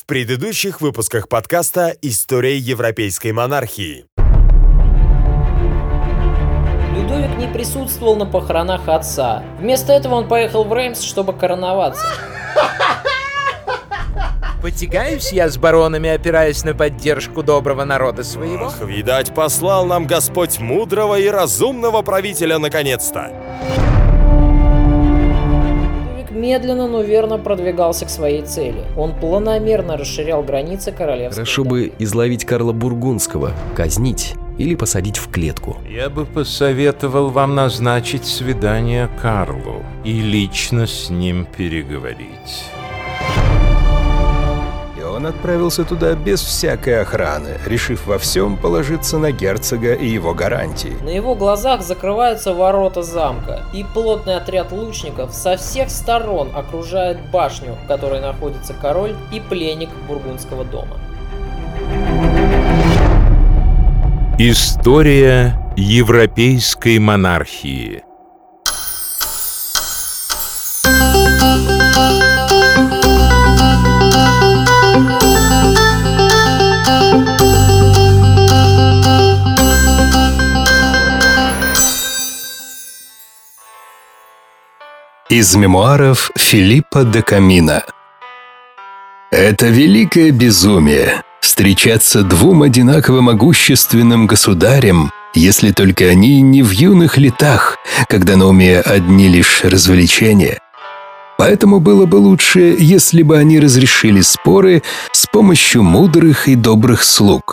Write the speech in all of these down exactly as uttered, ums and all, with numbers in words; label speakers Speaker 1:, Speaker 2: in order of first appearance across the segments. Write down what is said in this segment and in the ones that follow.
Speaker 1: предыдущих выпусках подкаста «История европейской монархии».
Speaker 2: Людовик не присутствовал на похоронах отца. Вместо этого он поехал в Реймс, чтобы короноваться.
Speaker 3: Потягаюсь я с баронами, опираясь на поддержку доброго народа своего.
Speaker 1: Ах, видать, послал нам Господь мудрого и разумного правителя наконец-то.
Speaker 2: Людовик медленно, но верно продвигался к своей цели. Он планомерно расширял границы королевства.
Speaker 4: Хорошо бы изловить Карла Бургундского, казнить или посадить в клетку.
Speaker 5: Я бы посоветовал вам назначить свидание Карлу и лично с ним переговорить.
Speaker 6: Он отправился туда без всякой охраны, решив во всем положиться на герцога и его гарантии.
Speaker 2: На его глазах закрываются ворота замка, и плотный отряд лучников со всех сторон окружает башню, в которой находится король и пленник бургундского дома.
Speaker 5: История европейской монархии.
Speaker 6: Из мемуаров Филиппа де Камино. Это великое безумие – встречаться двум одинаково могущественным государям, если только они не в юных летах, когда на уме одни лишь развлечения. Поэтому было бы лучше, если бы они разрешили споры с помощью мудрых и добрых слуг.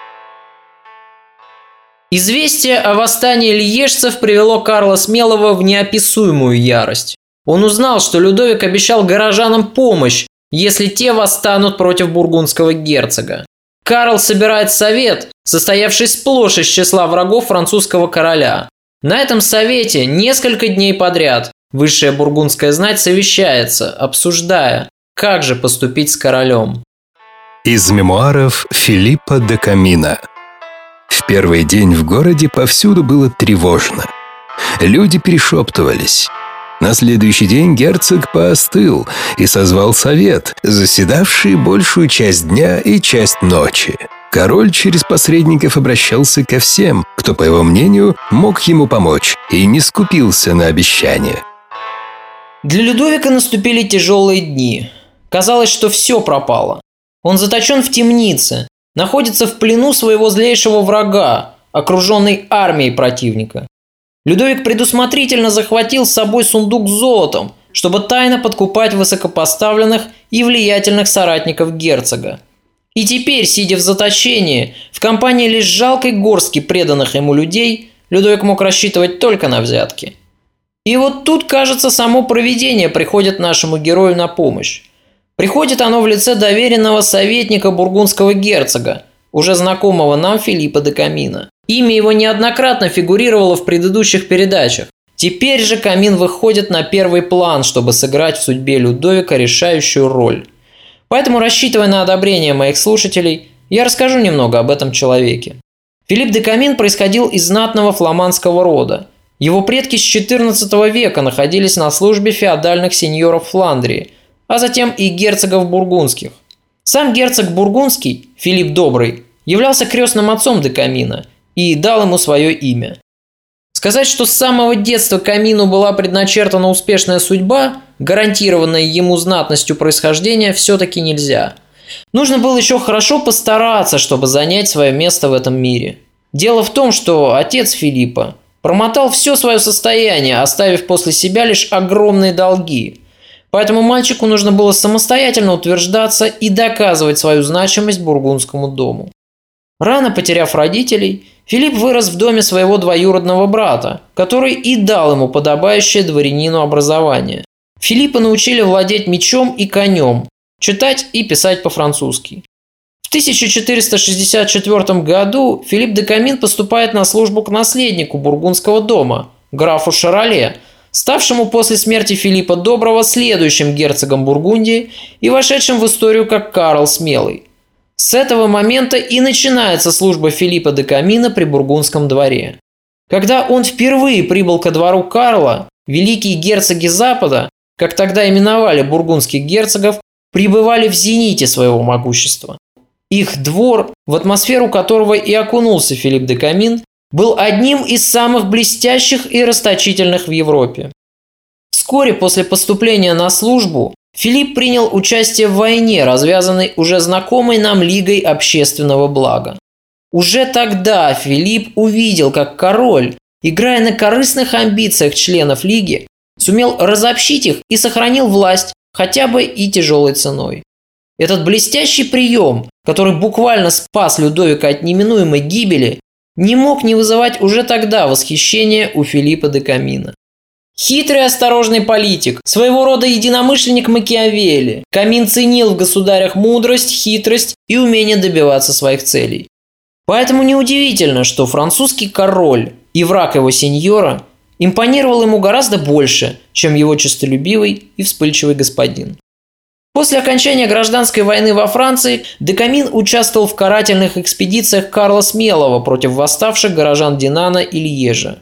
Speaker 2: Известие о восстании льежцев привело Карла Смелого в неописуемую ярость. Он узнал, что Людовик обещал горожанам помощь, если те восстанут против бургундского герцога. Карл собирает совет, состоявший сплошь из числа врагов французского короля. На этом совете несколько дней подряд высшая бургундская знать совещается, обсуждая, как же поступить с королем.
Speaker 6: Из мемуаров Филиппа де Камино. В первый день в городе повсюду было тревожно. Люди перешептывались. На следующий день герцог поостыл и созвал совет, заседавший большую часть дня и часть ночи. Король через посредников обращался ко всем, кто, по его мнению, мог ему помочь, и не скупился на обещания.
Speaker 2: Для Людовика наступили тяжелые дни. Казалось, что все пропало. Он заточен в темнице, находится в плену своего злейшего врага, окруженный армией противника. Людовик предусмотрительно захватил с собой сундук с золотом, чтобы тайно подкупать высокопоставленных и влиятельных соратников герцога. И теперь, сидя в заточении, в компании лишь жалкой горстки преданных ему людей, Людовик мог рассчитывать только на взятки. И вот тут, кажется, само провидение приходит нашему герою на помощь. Приходит оно в лице доверенного советника бургундского герцога, уже знакомого нам Филиппа де Камино. Имя его неоднократно фигурировало в предыдущих передачах. Теперь же Камин выходит на первый план, чтобы сыграть в судьбе Людовика решающую роль. Поэтому, рассчитывая на одобрение моих слушателей, я расскажу немного об этом человеке. Филипп де Камин происходил из знатного фламандского рода. Его предки с четырнадцатого века находились на службе феодальных сеньоров Фландрии, а затем и герцогов бургундских. Сам герцог бургундский, Филипп Добрый, являлся крестным отцом де Камино и дал ему свое имя. Сказать, что с самого детства Камину была предначертана успешная судьба, гарантированная ему знатностью происхождения, все-таки нельзя. Нужно было еще хорошо постараться, чтобы занять свое место в этом мире. Дело в том, что отец Филиппа промотал все свое состояние, оставив после себя лишь огромные долги. Поэтому мальчику нужно было самостоятельно утверждаться и доказывать свою значимость бургундскому дому. Рано потеряв родителей, Филипп вырос в доме своего двоюродного брата, который и дал ему подобающее дворянину образование. Филиппа научили владеть мечом и конем, читать и писать по-французски. В тысяча четыреста шестьдесят четвёртом году Филипп де Камин поступает на службу к наследнику бургундского дома, графу Шароле, ставшему после смерти Филиппа Доброго следующим герцогом Бургундии и вошедшим в историю как Карл Смелый. С этого момента и начинается служба Филиппа де Камино при бургундском дворе. Когда он впервые прибыл ко двору Карла, великие герцоги Запада, как тогда именовали бургундских герцогов, пребывали в зените своего могущества. Их двор, в атмосферу которого и окунулся Филипп де Камин, был одним из самых блестящих и расточительных в Европе. Вскоре после поступления на службу Филипп принял участие в войне, развязанной уже знакомой нам Лигой общественного блага. Уже тогда Филипп увидел, как король, играя на корыстных амбициях членов Лиги, сумел разобщить их и сохранил власть, хотя бы и тяжелой ценой. Этот блестящий прием, который буквально спас Людовика от неминуемой гибели, не мог не вызывать уже тогда восхищения у Филиппа де Камина. Хитрый осторожный политик, своего рода единомышленник Макиавелли, Камин ценил в государях мудрость, хитрость и умение добиваться своих целей. Поэтому неудивительно, что французский король и враг его сеньора импонировал ему гораздо больше, чем его честолюбивый и вспыльчивый господин. После окончания гражданской войны во Франции де Камин участвовал в карательных экспедициях Карла Смелого против восставших горожан Динана и Льежа.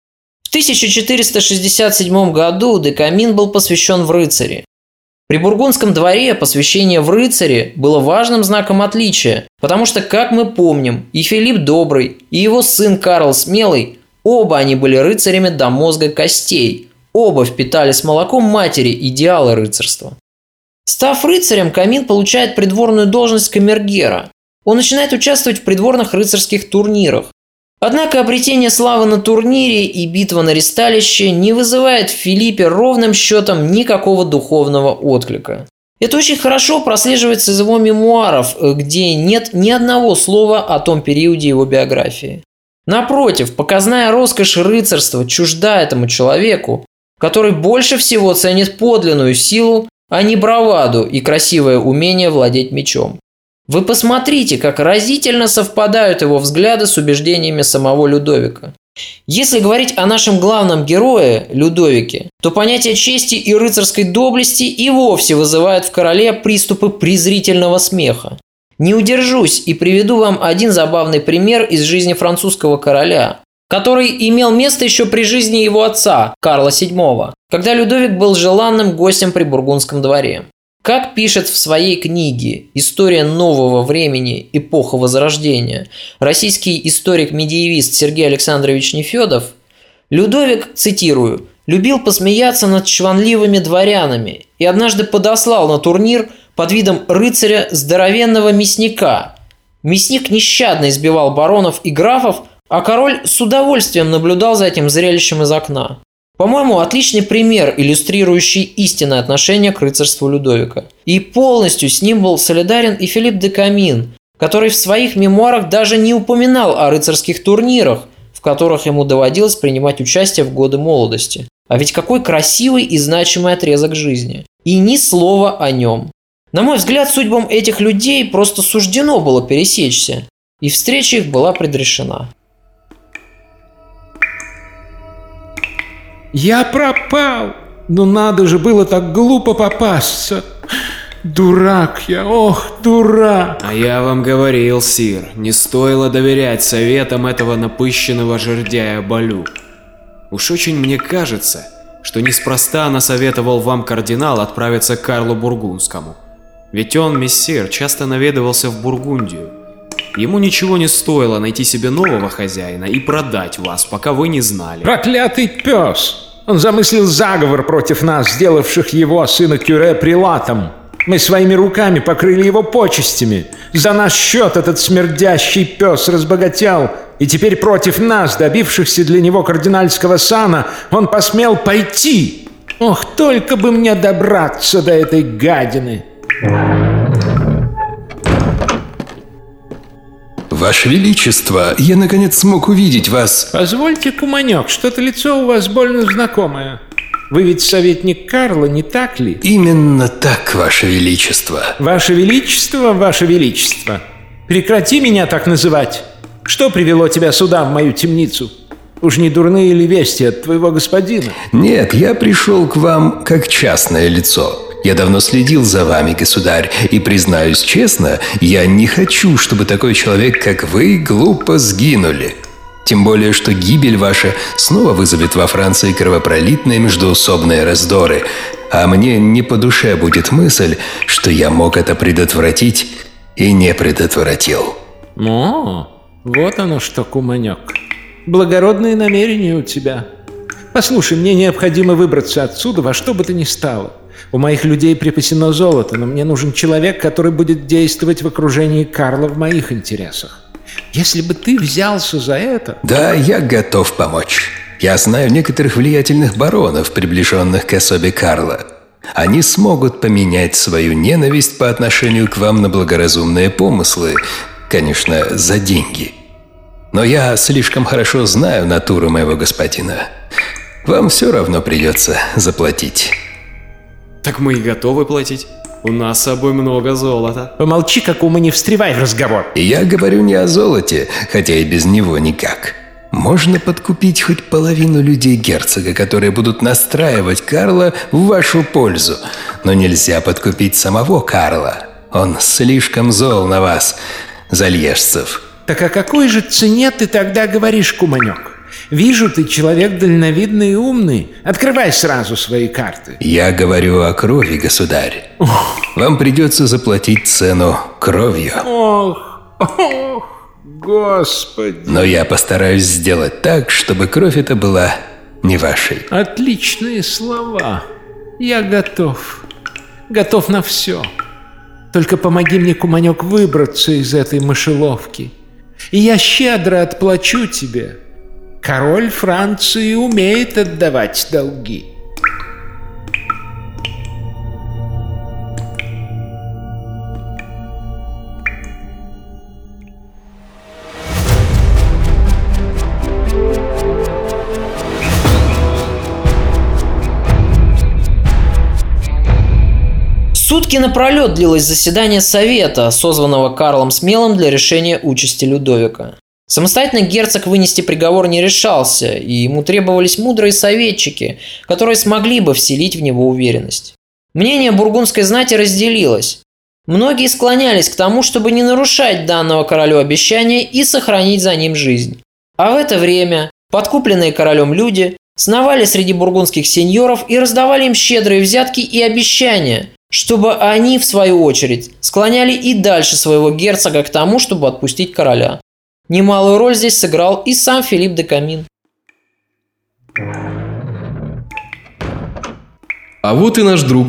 Speaker 2: В тысяча четыреста шестьдесят седьмом году де Камин был посвящен в рыцари. При бургундском дворе посвящение в рыцари было важным знаком отличия, потому что, как мы помним, и Филипп Добрый, и его сын Карл Смелый, оба они были рыцарями до мозга костей, оба впитали с молоком матери идеалы рыцарства. Став рыцарем, Камин получает придворную должность камергера. Он начинает участвовать в придворных рыцарских турнирах. Однако обретение славы на турнире и битва на ристалище не вызывает в Филиппе ровным счетом никакого духовного отклика. Это очень хорошо прослеживается из его мемуаров, где нет ни одного слова о том периоде его биографии. Напротив, показная роскошь рыцарства чужда этому человеку, который больше всего ценит подлинную силу, а не браваду и красивое умение владеть мечом. Вы посмотрите, как разительно совпадают его взгляды с убеждениями самого Людовика. Если говорить о нашем главном герое, Людовике, то понятие чести и рыцарской доблести и вовсе вызывает в короле приступы презрительного смеха. Не удержусь и приведу вам один забавный пример из жизни французского короля, который имел место еще при жизни его отца, Карла седьмого, когда Людовик был желанным гостем при бургундском дворе. Как пишет в своей книге «История нового времени. Эпоха Возрождения» российский историк-медиевист Сергей Александрович Нефедов, Людовик, цитирую, «любил посмеяться над чванливыми дворянами и однажды подослал на турнир под видом рыцаря здоровенного мясника. Мясник нещадно избивал баронов и графов, а король с удовольствием наблюдал за этим зрелищем из окна». По-моему, отличный пример, иллюстрирующий истинное отношение к рыцарству Людовика. И полностью с ним был солидарен и Филипп де Камин, который в своих мемуарах даже не упоминал о рыцарских турнирах, в которых ему доводилось принимать участие в годы молодости. А ведь какой красивый и значимый отрезок жизни. И ни слова о нем. На мой взгляд, судьбам этих людей просто суждено было пересечься, и встреча их была предрешена.
Speaker 3: Я пропал! Ну надо же было так глупо попасться! Дурак я, ох, дурак!
Speaker 7: А я вам говорил, сир, не стоило доверять советам этого напыщенного жердяя Балю. Уж очень мне кажется, что неспроста насоветовал вам кардинал отправиться к Карлу Бургундскому. Ведь он, мессир, часто наведывался в Бургундию. Ему ничего не стоило найти себе нового хозяина и продать вас, пока вы не знали.
Speaker 3: Проклятый пес! Он замыслил заговор против нас, сделавших его сына Кюре прилатом. Мы своими руками покрыли его почестями. За наш счет этот смердящий пес разбогател, и теперь против нас, добившихся для него кардинальского сана, он посмел пойти. Ох, только бы мне добраться до этой гадины!
Speaker 6: Ваше Величество, я наконец смог увидеть вас.
Speaker 3: Позвольте, куманек, что-то лицо у вас больно знакомое. Вы ведь советник Карла, не так ли?
Speaker 6: Именно так, Ваше Величество.
Speaker 3: Ваше Величество, Ваше Величество, прекрати меня так называть. Что привело тебя сюда, в мою темницу? Уж не дурные ли вести от твоего господина?
Speaker 6: Нет, я пришел к вам как частное лицо. Я давно следил за вами, государь, и, признаюсь честно, я не хочу, чтобы такой человек, как вы, глупо сгинули. Тем более, что гибель ваша снова вызовет во Франции кровопролитные междоусобные раздоры. А мне не по душе будет мысль, что я мог это предотвратить и не предотвратил.
Speaker 3: О, вот оно что, куманек. Благородные намерения у тебя. Послушай, мне необходимо выбраться отсюда во что бы то ни стало. У моих людей припасено золото, но мне нужен человек, который будет действовать в окружении Карла в моих интересах. Если бы ты взялся за это...
Speaker 6: Да, я готов помочь. Я знаю некоторых влиятельных баронов, приближенных к особе Карла. Они смогут поменять свою ненависть по отношению к вам на благоразумные помыслы, конечно, за деньги. Но я слишком хорошо знаю натуру моего господина. Вам все равно придется заплатить.
Speaker 7: Так мы и готовы платить. У нас с собой много золота.
Speaker 3: Помолчи, как ума, не встревай в разговор.
Speaker 6: И я говорю не о золоте, хотя и без него никак. Можно подкупить хоть половину людей герцога, которые будут настраивать Карла в вашу пользу. Но нельзя подкупить самого Карла. Он слишком зол на вас, зальежцев.
Speaker 3: Так о какой же цене ты тогда говоришь, куманек? Вижу, ты человек дальновидный и умный. Открывай сразу свои карты.
Speaker 6: Я говорю о крови, государь. Вам придется заплатить цену кровью.
Speaker 3: Ох, ох, Господи.
Speaker 6: Но я постараюсь сделать так, чтобы кровь эта была не вашей.
Speaker 3: Отличные слова. Я готов. Готов на все. Только помоги мне, куманек, выбраться из этой мышеловки. И я щедро отплачу тебе. Король Франции умеет отдавать долги.
Speaker 2: Сутки напролет длилось заседание совета, созванного Карлом Смелым для решения участи Людовика. Самостоятельно герцог вынести приговор не решался, и ему требовались мудрые советчики, которые смогли бы вселить в него уверенность. Мнение бургундской знати разделилось. Многие склонялись к тому, чтобы не нарушать данного королю обещания и сохранить за ним жизнь. А в это время подкупленные королем люди сновали среди бургундских сеньоров и раздавали им щедрые взятки и обещания, чтобы они, в свою очередь, склоняли и дальше своего герцога к тому, чтобы отпустить короля. Немалую роль здесь сыграл и сам Филипп де Камин.
Speaker 4: А вот и наш друг.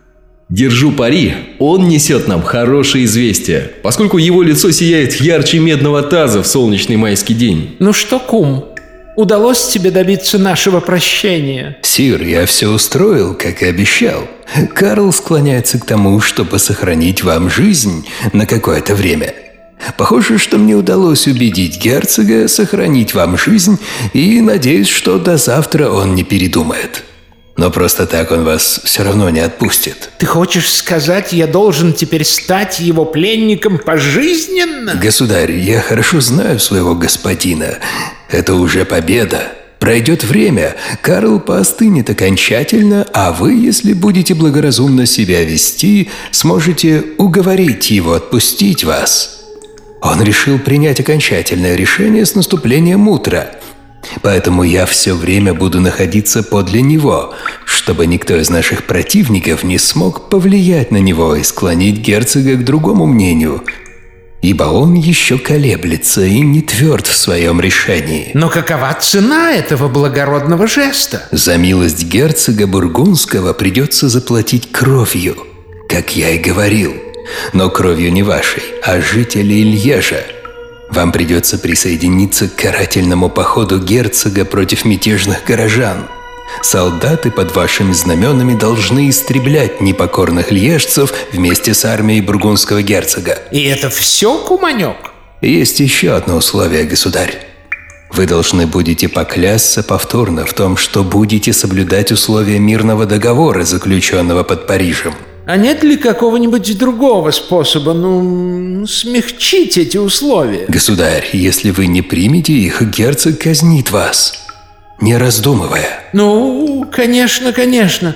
Speaker 4: Держу пари, он несет нам хорошее известие, поскольку его лицо сияет ярче медного таза в солнечный майский день.
Speaker 3: Ну что, кум, удалось тебе добиться нашего прощения?
Speaker 6: Сир, я все устроил, как и обещал. Карл склоняется к тому, чтобы сохранить вам жизнь на какое-то время. Похоже, что мне удалось убедить герцога сохранить вам жизнь, и надеюсь, что до завтра он не передумает. Но просто так он вас все равно не отпустит.
Speaker 3: Ты хочешь сказать, я должен теперь стать его пленником пожизненно?
Speaker 6: Государь, я хорошо знаю своего господина. Это уже победа. Пройдет время, Карл поостынет окончательно, а вы, если будете благоразумно себя вести, сможете уговорить его отпустить вас. Он решил принять окончательное решение с наступлением утра. Поэтому я все время буду находиться подле него, чтобы никто из наших противников не смог повлиять на него и склонить герцога к другому мнению, ибо он еще колеблется и не тверд в своем решении.
Speaker 3: Но какова цена этого благородного жеста?
Speaker 6: За милость герцога Бургундского придется заплатить кровью, как я и говорил. Но кровью не вашей, а жителей Льежа. Вам придется присоединиться к карательному походу герцога против мятежных горожан. Солдаты под вашими знаменами должны истреблять непокорных льежцев вместе с армией бургундского герцога.
Speaker 3: И это все, куманек?
Speaker 6: Есть еще одно условие, государь. Вы должны будете поклясться повторно в том, что будете соблюдать условия мирного договора, заключенного под Парижем.
Speaker 3: А нет ли какого-нибудь другого способа, ну, смягчить эти условия?
Speaker 6: Государь, если вы не примете их, герцог казнит вас, не раздумывая.
Speaker 3: Ну, конечно, конечно.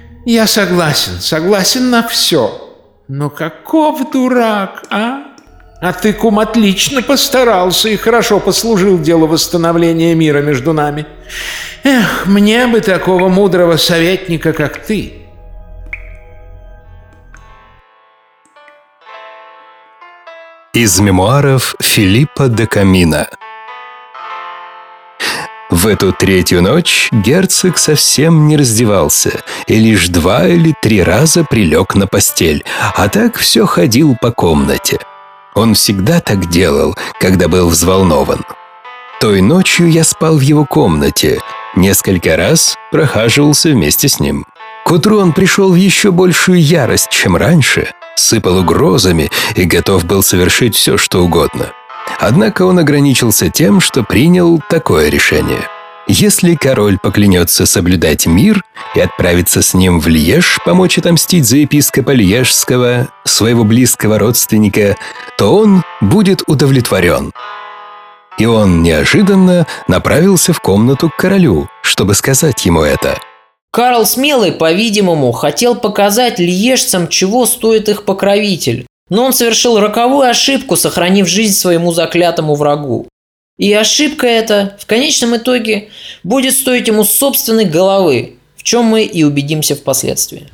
Speaker 3: Я согласен, согласен на все. Но каков дурак, а? А ты, кум, отлично постарался и хорошо послужил делу восстановления мира между нами. Эх, мне бы такого мудрого советника, как ты.
Speaker 6: Из мемуаров Филиппа де Камино. В эту третью ночь герцог совсем не раздевался и лишь два или три раза прилег на постель, а так все ходил по комнате. Он всегда так делал, когда был взволнован. Той ночью я спал в его комнате, несколько раз прохаживался вместе с ним. К утру он пришел в еще большую ярость, чем раньше, сыпал угрозами и готов был совершить все, что угодно. Однако он ограничился тем, что принял такое решение. Если король поклянется соблюдать мир и отправиться с ним в Льеж помочь отомстить за епископа Льежского, своего близкого родственника, то он будет удовлетворен. И он неожиданно направился в комнату к королю, чтобы сказать ему это.
Speaker 2: Карл Смелый, по-видимому, хотел показать льежцам, чего стоит их покровитель, но он совершил роковую ошибку, сохранив жизнь своему заклятому врагу. И ошибка эта, в конечном итоге, будет стоить ему собственной головы, в чем мы и убедимся впоследствии.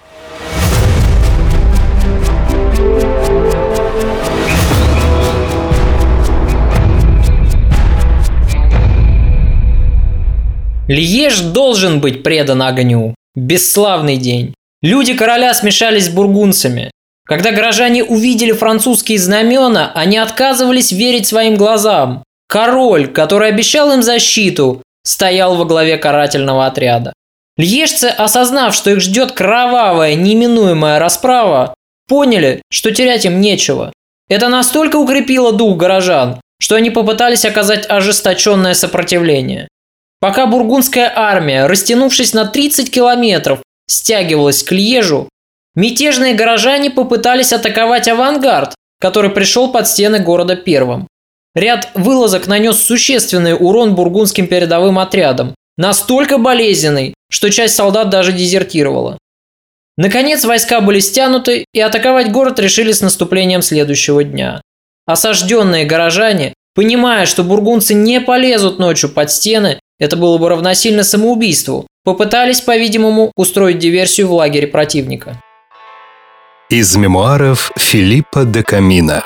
Speaker 2: Льеж должен быть предан огню. Бесславный день. Люди короля смешались с бургундцами. Когда горожане увидели французские знамена, они отказывались верить своим глазам. Король, который обещал им защиту, стоял во главе карательного отряда. Льежцы, осознав, что их ждет кровавая, неминуемая расправа, поняли, что терять им нечего. Это настолько укрепило дух горожан, что они попытались оказать ожесточенное сопротивление. Пока бургундская армия, растянувшись на тридцать километров, стягивалась к Льежу, мятежные горожане попытались атаковать авангард, который пришел под стены города первым. Ряд вылазок нанес существенный урон бургундским передовым отрядам, настолько болезненный, что часть солдат даже дезертировала. Наконец войска были стянуты, и атаковать город решили с наступлением следующего дня. Осажденные горожане, понимая, что бургундцы не полезут ночью под стены, это было бы равносильно самоубийству, попытались, по-видимому, устроить диверсию в лагере противника.
Speaker 6: Из мемуаров Филиппа де Камино.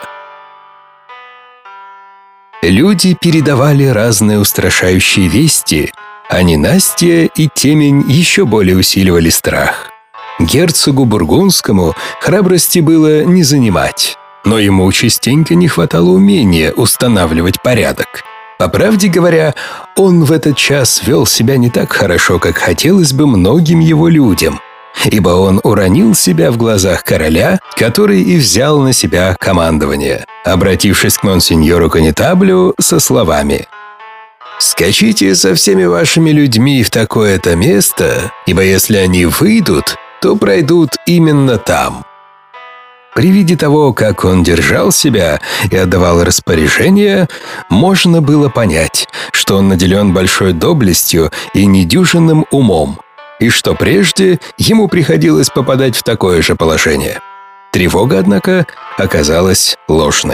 Speaker 6: Люди передавали разные устрашающие вести, а ненастье и темень еще более усиливали страх. Герцогу Бургундскому храбрости было не занимать, но ему частенько не хватало умения устанавливать порядок. По правде говоря, он в этот час вел себя не так хорошо, как хотелось бы многим его людям, ибо он уронил себя в глазах короля, который и взял на себя командование, обратившись к монсеньору Конетаблю со словами: «Скачите со всеми вашими людьми в такое-то место, ибо если они выйдут, то пройдут именно там». При виде того, как он держал себя и отдавал распоряжения, можно было понять, что он наделен большой доблестью и недюжинным умом, и что прежде ему приходилось попадать в такое же положение. Тревога, однако, оказалась ложной.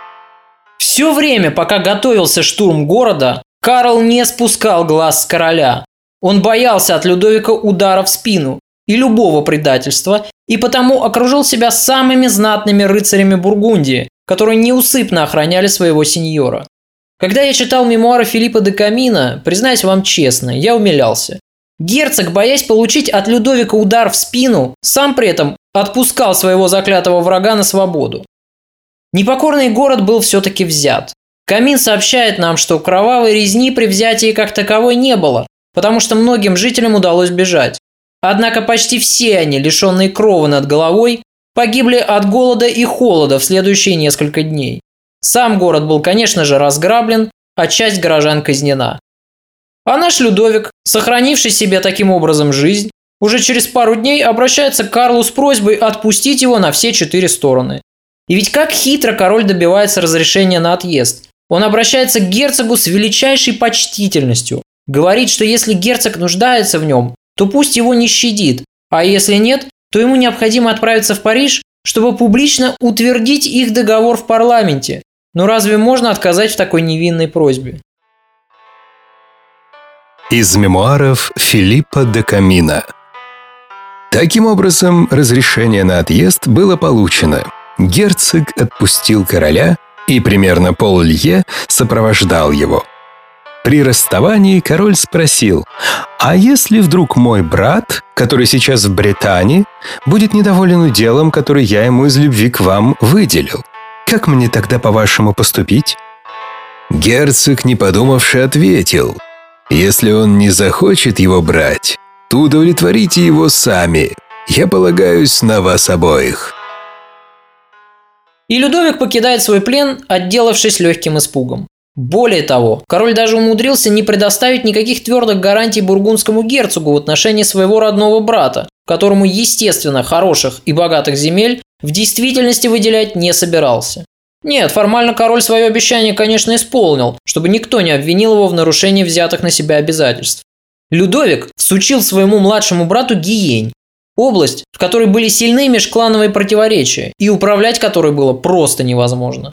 Speaker 2: Все время, пока готовился штурм города, Карл не спускал глаз с короля. Он боялся от Людовика удара в спину и любого предательства, и потому окружил себя самыми знатными рыцарями Бургундии, которые неусыпно охраняли своего сеньора. Когда я читал мемуары Филиппа де Камино, признаюсь вам честно, я умилялся. Герцог, боясь получить от Людовика удар в спину, сам при этом отпускал своего заклятого врага на свободу. Непокорный город был все-таки взят. Камин сообщает нам, что кровавой резни при взятии как таковой не было, потому что многим жителям удалось бежать. Однако почти все они, лишенные крови над головой, погибли от голода и холода в следующие несколько дней. Сам город был, конечно же, разграблен, а часть горожан казнена. А наш Людовик, сохранивший себе таким образом жизнь, уже через пару дней обращается к Карлу с просьбой отпустить его на все четыре стороны. И ведь как хитро король добивается разрешения на отъезд. Он обращается к герцогу с величайшей почтительностью, говорит, что если герцог нуждается в нем, то пусть его не щадит, а если нет, то ему необходимо отправиться в Париж, чтобы публично утвердить их договор в парламенте. Но разве можно отказать в такой невинной просьбе?
Speaker 6: Из мемуаров Филиппа де Камино. Таким образом, разрешение на отъезд было получено, Герцог отпустил короля и примерно поллье сопровождал его. При расставании король спросил: «А если вдруг мой брат, который сейчас в Британии, будет недоволен уделом, который я ему из любви к вам выделил? Как мне тогда, по-вашему, поступить?» Герцог, не подумавши, ответил: «Если он не захочет его брать, то удовлетворите его сами. Я полагаюсь на вас обоих».
Speaker 2: И Людовик покидает свой плен, отделавшись легким испугом. Более того, король даже умудрился не предоставить никаких твердых гарантий бургундскому герцогу в отношении своего родного брата, которому, естественно, хороших и богатых земель в действительности выделять не собирался. Нет, формально король свое обещание, конечно, исполнил, чтобы никто не обвинил его в нарушении взятых на себя обязательств. Людовик всучил своему младшему брату Гиень, область, в которой были сильны межклановые противоречия и управлять которой было просто невозможно.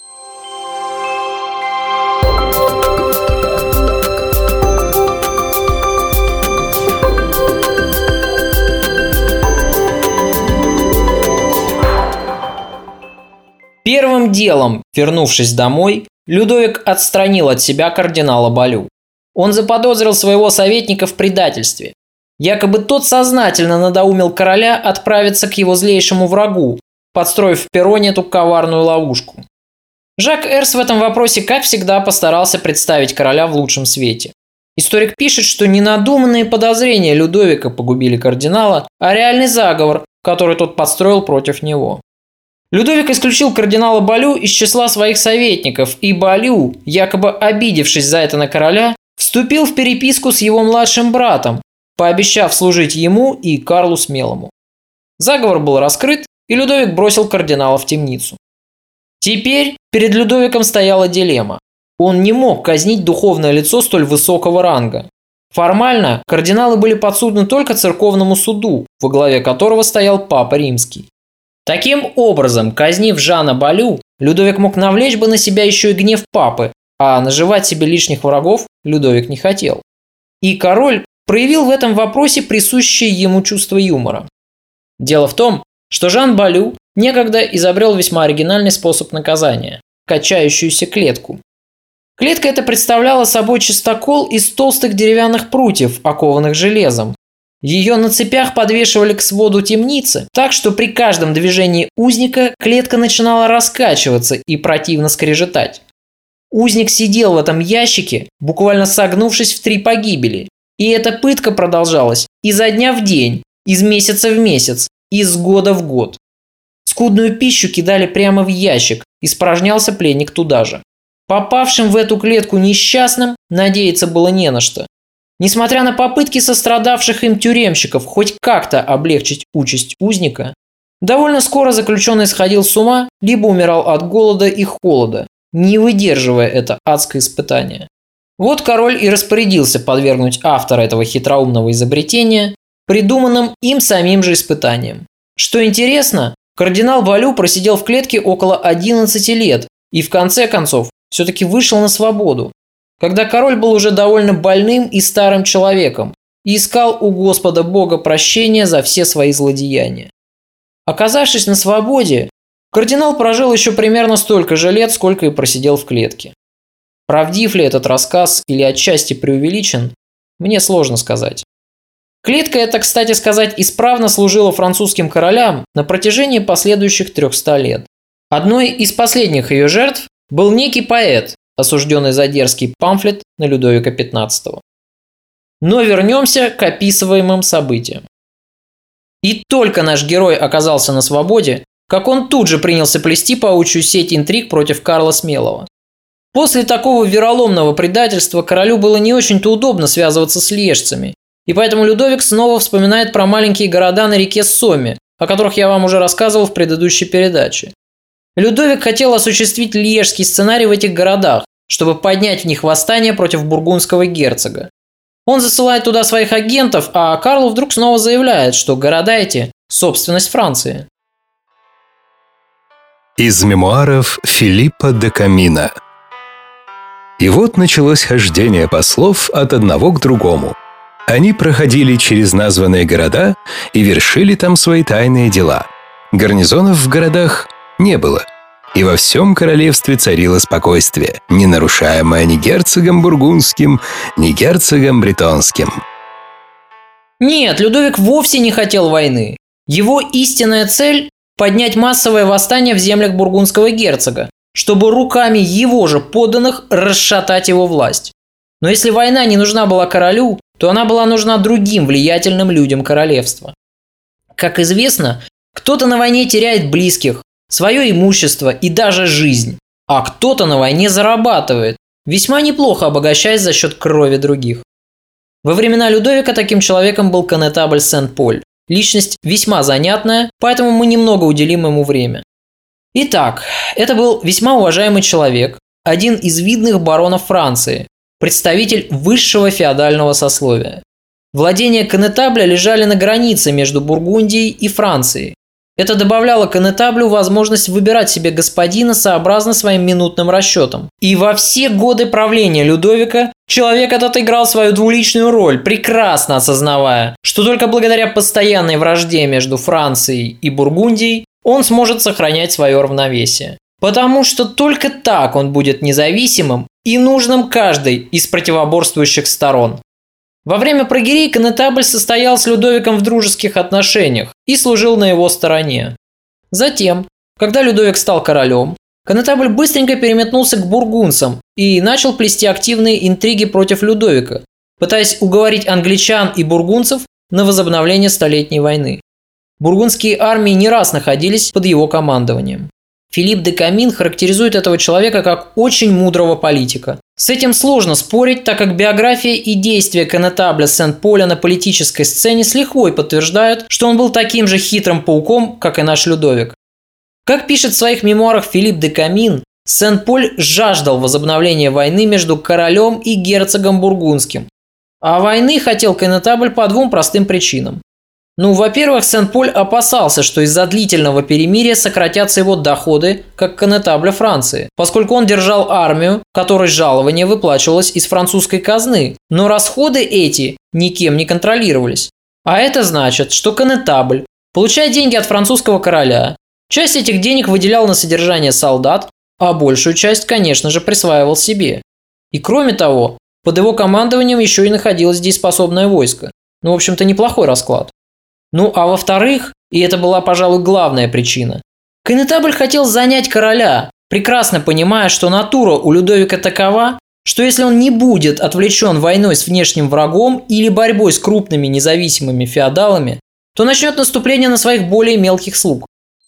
Speaker 2: Первым делом, вернувшись домой, Людовик отстранил от себя кардинала Балю. Он заподозрил своего советника в предательстве. Якобы тот сознательно надоумил короля отправиться к его злейшему врагу, подстроив в перроне эту коварную ловушку. Жак Эрс в этом вопросе, как всегда, постарался представить короля в лучшем свете. Историк пишет, что не надуманные подозрения Людовика погубили кардинала, а реальный заговор, который тот подстроил против него. Людовик исключил кардинала Балю из числа своих советников, и Балю, якобы обидевшись за это на короля, вступил в переписку с его младшим братом, пообещав служить ему и Карлу Смелому. Заговор был раскрыт, и Людовик бросил кардинала в темницу. Теперь перед Людовиком стояла дилемма. Он не мог казнить духовное лицо столь высокого ранга. Формально кардиналы были подсудны только церковному суду, во главе которого стоял Папа Римский. Таким образом, казнив Жана Балю, Людовик мог навлечь бы на себя еще и гнев папы, а наживать себе лишних врагов Людовик не хотел. И король проявил в этом вопросе присущее ему чувство юмора. Дело в том, что Жан Балю некогда изобрел весьма оригинальный способ наказания – качающуюся клетку. Клетка эта представляла собой чистокол из толстых деревянных прутьев, окованных железом. Ее на цепях подвешивали к своду темницы, так что при каждом движении узника клетка начинала раскачиваться и противно скрежетать. Узник сидел в этом ящике, буквально согнувшись в три погибели, и эта пытка продолжалась изо дня в день, из месяца в месяц, из года в год. Скудную пищу кидали прямо в ящик, испражнялся пленник туда же. Попавшим в эту клетку несчастным надеяться было не на что. Несмотря на попытки сострадавших им тюремщиков хоть как-то облегчить участь узника, довольно скоро заключенный сходил с ума, либо умирал от голода и холода, не выдерживая это адское испытание. Вот король и распорядился подвергнуть автора этого хитроумного изобретения придуманным им самим же испытанием. Что интересно, кардинал Балю просидел в клетке около одиннадцати лет и в конце концов все-таки вышел на свободу, когда король был уже довольно больным и старым человеком и искал у Господа Бога прощения за все свои злодеяния. Оказавшись на свободе, кардинал прожил еще примерно столько же лет, сколько и просидел в клетке. Правдив ли этот рассказ или отчасти преувеличен, мне сложно сказать. Клетка эта, кстати сказать, исправно служила французским королям на протяжении последующих трехсот лет. Одной из последних ее жертв был некий поэт, осужденный за дерзкий памфлет на Людовика пятнадцатого. Но вернемся к описываемым событиям. И только наш герой оказался на свободе, как он тут же принялся плести паучью сеть интриг против Карла Смелого. После такого вероломного предательства королю было не очень-то удобно связываться с льежцами, и поэтому Людовик снова вспоминает про маленькие города на реке Сомме, о которых я вам уже рассказывал в предыдущей передаче. Людовик хотел осуществить льежский сценарий в этих городах, чтобы поднять в них восстание против бургундского герцога. Он засылает туда своих агентов, а Карлу вдруг снова заявляет, что города эти – собственность Франции.
Speaker 6: Из мемуаров Филиппа де Камина. И вот началось хождение послов от одного к другому. Они проходили через названные города и вершили там свои тайные дела. Гарнизонов в городах не было. И во всем королевстве царило спокойствие, не нарушаемое ни герцогом бургундским, ни герцогом бретонским.
Speaker 2: Нет, Людовик вовсе не хотел войны. Его истинная цель – поднять массовое восстание в землях бургундского герцога, чтобы руками его же подданных расшатать его власть. Но если война не нужна была королю, то она была нужна другим влиятельным людям королевства. Как известно, кто-то на войне теряет близких, свое имущество и даже жизнь, а кто-то на войне зарабатывает, весьма неплохо обогащаясь за счет крови других. Во времена Людовика таким человеком был конетабль Сен-Поль. Личность весьма занятная, поэтому мы немного уделим ему время. Итак, это был весьма уважаемый человек, один из видных баронов Франции, представитель высшего феодального сословия. Владения конетабля лежали на границе между Бургундией и Францией. Это добавляло конетаблю возможность выбирать себе господина сообразно своим минутным расчетам. И во все годы правления Людовика человек этот играл свою двуличную роль, прекрасно осознавая, что только благодаря постоянной вражде между Францией и Бургундией он сможет сохранять свое равновесие. Потому что только так он будет независимым и нужным каждой из противоборствующих сторон. Во время прогерей конетабль состоял с Людовиком в дружеских отношениях и служил на его стороне. Затем, когда Людовик стал королем, конетабль быстренько переметнулся к бургундцам и начал плести активные интриги против Людовика, пытаясь уговорить англичан и бургундцев на возобновление Столетней войны. Бургундские армии не раз находились под его командованием. Филипп де Камин характеризует этого человека как очень мудрого политика. С этим сложно спорить, так как биография и действия конетабля Сен-Поля на политической сцене с лихвой подтверждают, что он был таким же хитрым пауком, как и наш Людовик. Как пишет в своих мемуарах Филипп де Камин, Сен-Поль жаждал возобновления войны между королем и герцогом бургундским. А войны хотел конетабль по двум простым причинам. Ну, во-первых, Сен-Поль опасался, что из-за длительного перемирия сократятся его доходы, как конетабля Франции, поскольку он держал армию, которой жалование выплачивалось из французской казны, но расходы эти никем не контролировались. А это значит, что конетабль, получая деньги от французского короля, часть этих денег выделял на содержание солдат, а большую часть, конечно же, присваивал себе. И кроме того, под его командованием еще и находилось дееспособное войско. Ну, в общем-то, неплохой расклад. Ну, а во-вторых, и это была, пожалуй, главная причина, конетабль хотел занять короля, прекрасно понимая, что натура у Людовика такова, что если он не будет отвлечен войной с внешним врагом или борьбой с крупными независимыми феодалами, то начнет наступление на своих более мелких слуг.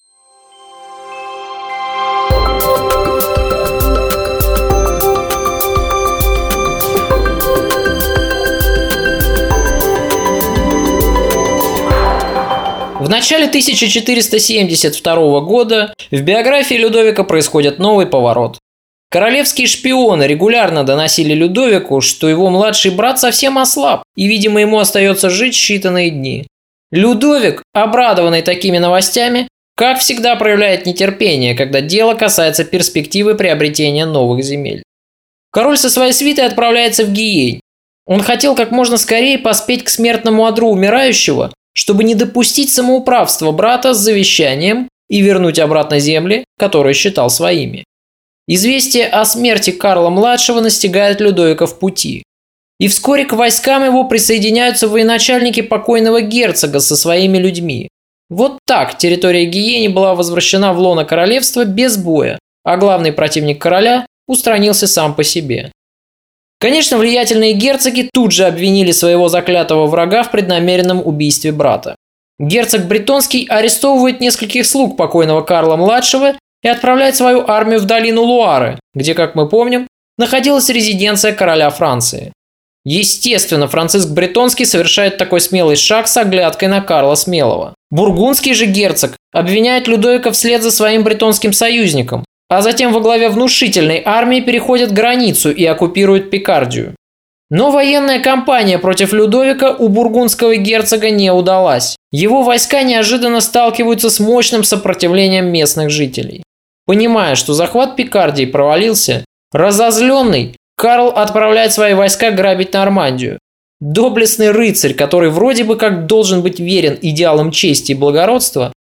Speaker 2: В начале тысяча четыреста семьдесят второго года в биографии Людовика происходит новый поворот. Королевские шпионы регулярно доносили Людовику, что его младший брат совсем ослаб, и, видимо, ему остается жить считанные дни. Людовик, обрадованный такими новостями, как всегда проявляет нетерпение, когда дело касается перспективы приобретения новых земель. Король со своей свитой отправляется в Гиень. Он хотел как можно скорее поспеть к смертному одру умирающего, чтобы не допустить самоуправства брата с завещанием и вернуть обратно земли, которые считал своими. Известие о смерти Карла-младшего настигает Людовика в пути. И вскоре к войскам его присоединяются военачальники покойного герцога со своими людьми. Вот так территория Гиени была возвращена в лоно королевства без боя, а главный противник короля устранился сам по себе. Конечно, влиятельные герцоги тут же обвинили своего заклятого врага в преднамеренном убийстве брата. Герцог Бретонский арестовывает нескольких слуг покойного Карла-младшего и отправляет свою армию в долину Луары, где, как мы помним, находилась резиденция короля Франции. Естественно, Франциск Бретонский совершает такой смелый шаг с оглядкой на Карла Смелого. Бургундский же герцог обвиняет Людовика вслед за своим бретонским союзником, а затем во главе внушительной армии переходит границу и оккупирует Пикардию. Но военная кампания против Людовика у бургундского герцога не удалась. Его войска неожиданно сталкиваются с мощным сопротивлением местных жителей. Понимая, что захват Пикардии провалился, разозленный, Карл отправляет свои войска грабить Нормандию. Доблестный рыцарь, который вроде бы как должен быть верен идеалам чести и благородства,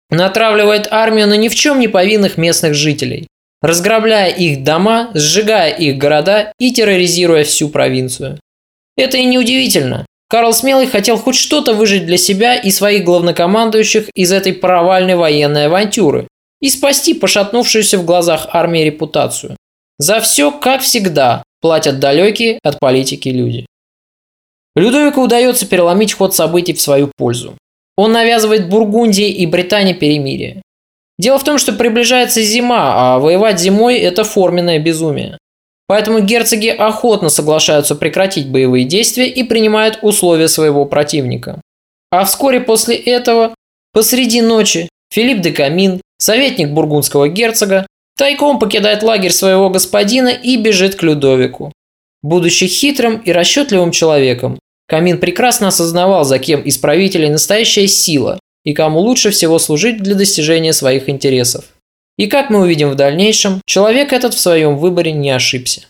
Speaker 2: натравливает армию на ни в чем не повинных местных жителей, разграбляя их дома, сжигая их города и терроризируя всю провинцию. Это и неудивительно. Карл Смелый хотел хоть что-то выжить для себя и своих главнокомандующих из этой провальной военной авантюры и спасти пошатнувшуюся в глазах армии репутацию. За все, как всегда, платят далекие от политики люди. Людовику удается переломить ход событий в свою пользу. Он навязывает Бургундии и Британии перемирие. Дело в том, что приближается зима, а воевать зимой – это форменное безумие. Поэтому герцоги охотно соглашаются прекратить боевые действия и принимают условия своего противника. А вскоре после этого, посреди ночи, Филипп де Камин, советник бургундского герцога, тайком покидает лагерь своего господина и бежит к Людовику. Будучи хитрым и расчетливым человеком, Камин прекрасно осознавал, за кем из правителей настоящая сила и кому лучше всего служить для достижения своих интересов. И как мы увидим в дальнейшем, человек этот в своем выборе не ошибся.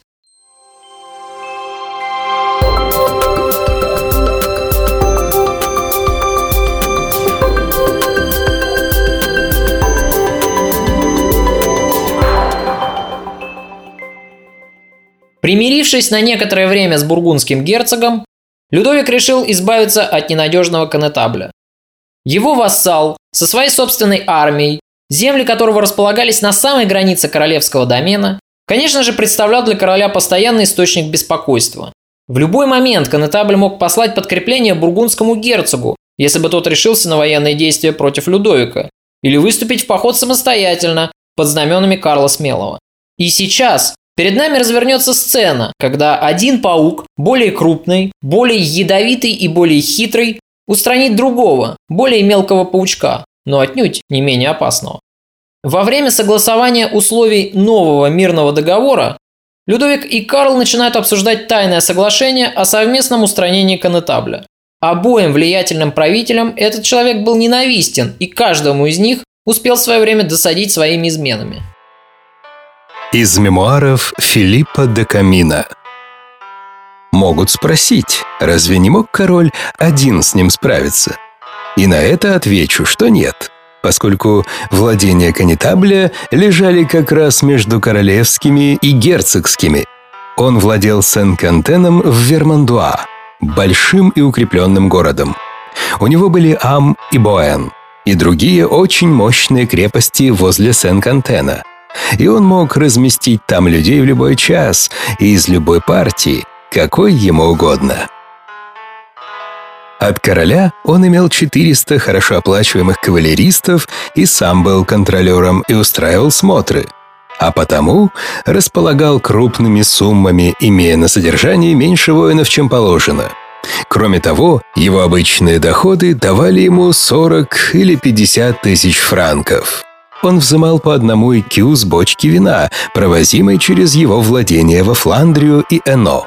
Speaker 2: Примирившись на некоторое время с бургундским герцогом, Людовик решил избавиться от ненадежного конетабля. Его вассал со своей собственной армией, земли которого располагались на самой границе королевского домена, конечно же, представлял для короля постоянный источник беспокойства. В любой момент конетабль мог послать подкрепление бургундскому герцогу, если бы тот решился на военные действия против Людовика, или выступить в поход самостоятельно под знаменами Карла Смелого. И сейчас перед нами развернется сцена, когда один паук, более крупный, более ядовитый и более хитрый, устранит другого, более мелкого паучка, но отнюдь не менее опасного. Во время согласования условий нового мирного договора Людовик и Карл начинают обсуждать тайное соглашение о совместном устранении конетабля. Обоим влиятельным правителям этот человек был ненавистен, и каждому из них успел в свое время досадить своими изменами.
Speaker 6: Из мемуаров Филиппа де Камина. Могут спросить, разве не мог король один с ним справиться? И на это отвечу, что нет, поскольку владения конетабля лежали как раз между королевскими и герцогскими. Он владел Сен-Кантеном в Вермандуа, большим и укрепленным городом. У него были Ам и Боэн и другие очень мощные крепости возле Сен-Кантена. И он мог разместить там людей в любой час и из любой партии, какой ему угодно. От короля он имел четыреста хорошо оплачиваемых кавалеристов и сам был контролером и устраивал смотры, а потому располагал крупными суммами, имея на содержании меньше воинов, чем положено. Кроме того, его обычные доходы давали ему сорок или пятьдесят тысяч франков. Он взымал по одному икю с бочки вина, провозимой через его владения во Фландрию и Эно.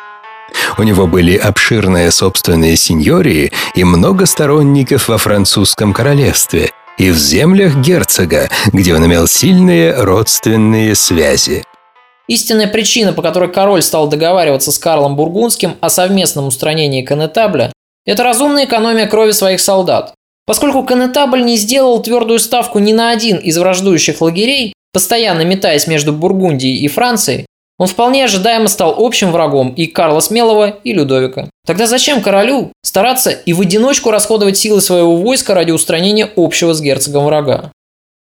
Speaker 6: У него были обширные собственные сеньории и много сторонников во французском королевстве и в землях герцога, где он имел сильные родственные связи.
Speaker 2: Истинная причина, по которой король стал договариваться с Карлом Бургундским о совместном устранении конетабля, это разумная экономия крови своих солдат. Поскольку конетабль не сделал твердую ставку ни на один из враждующих лагерей, постоянно метаясь между Бургундией и Францией, он вполне ожидаемо стал общим врагом и Карла Смелого, и Людовика. Тогда зачем королю стараться и в одиночку расходовать силы своего войска ради устранения общего с герцогом врага?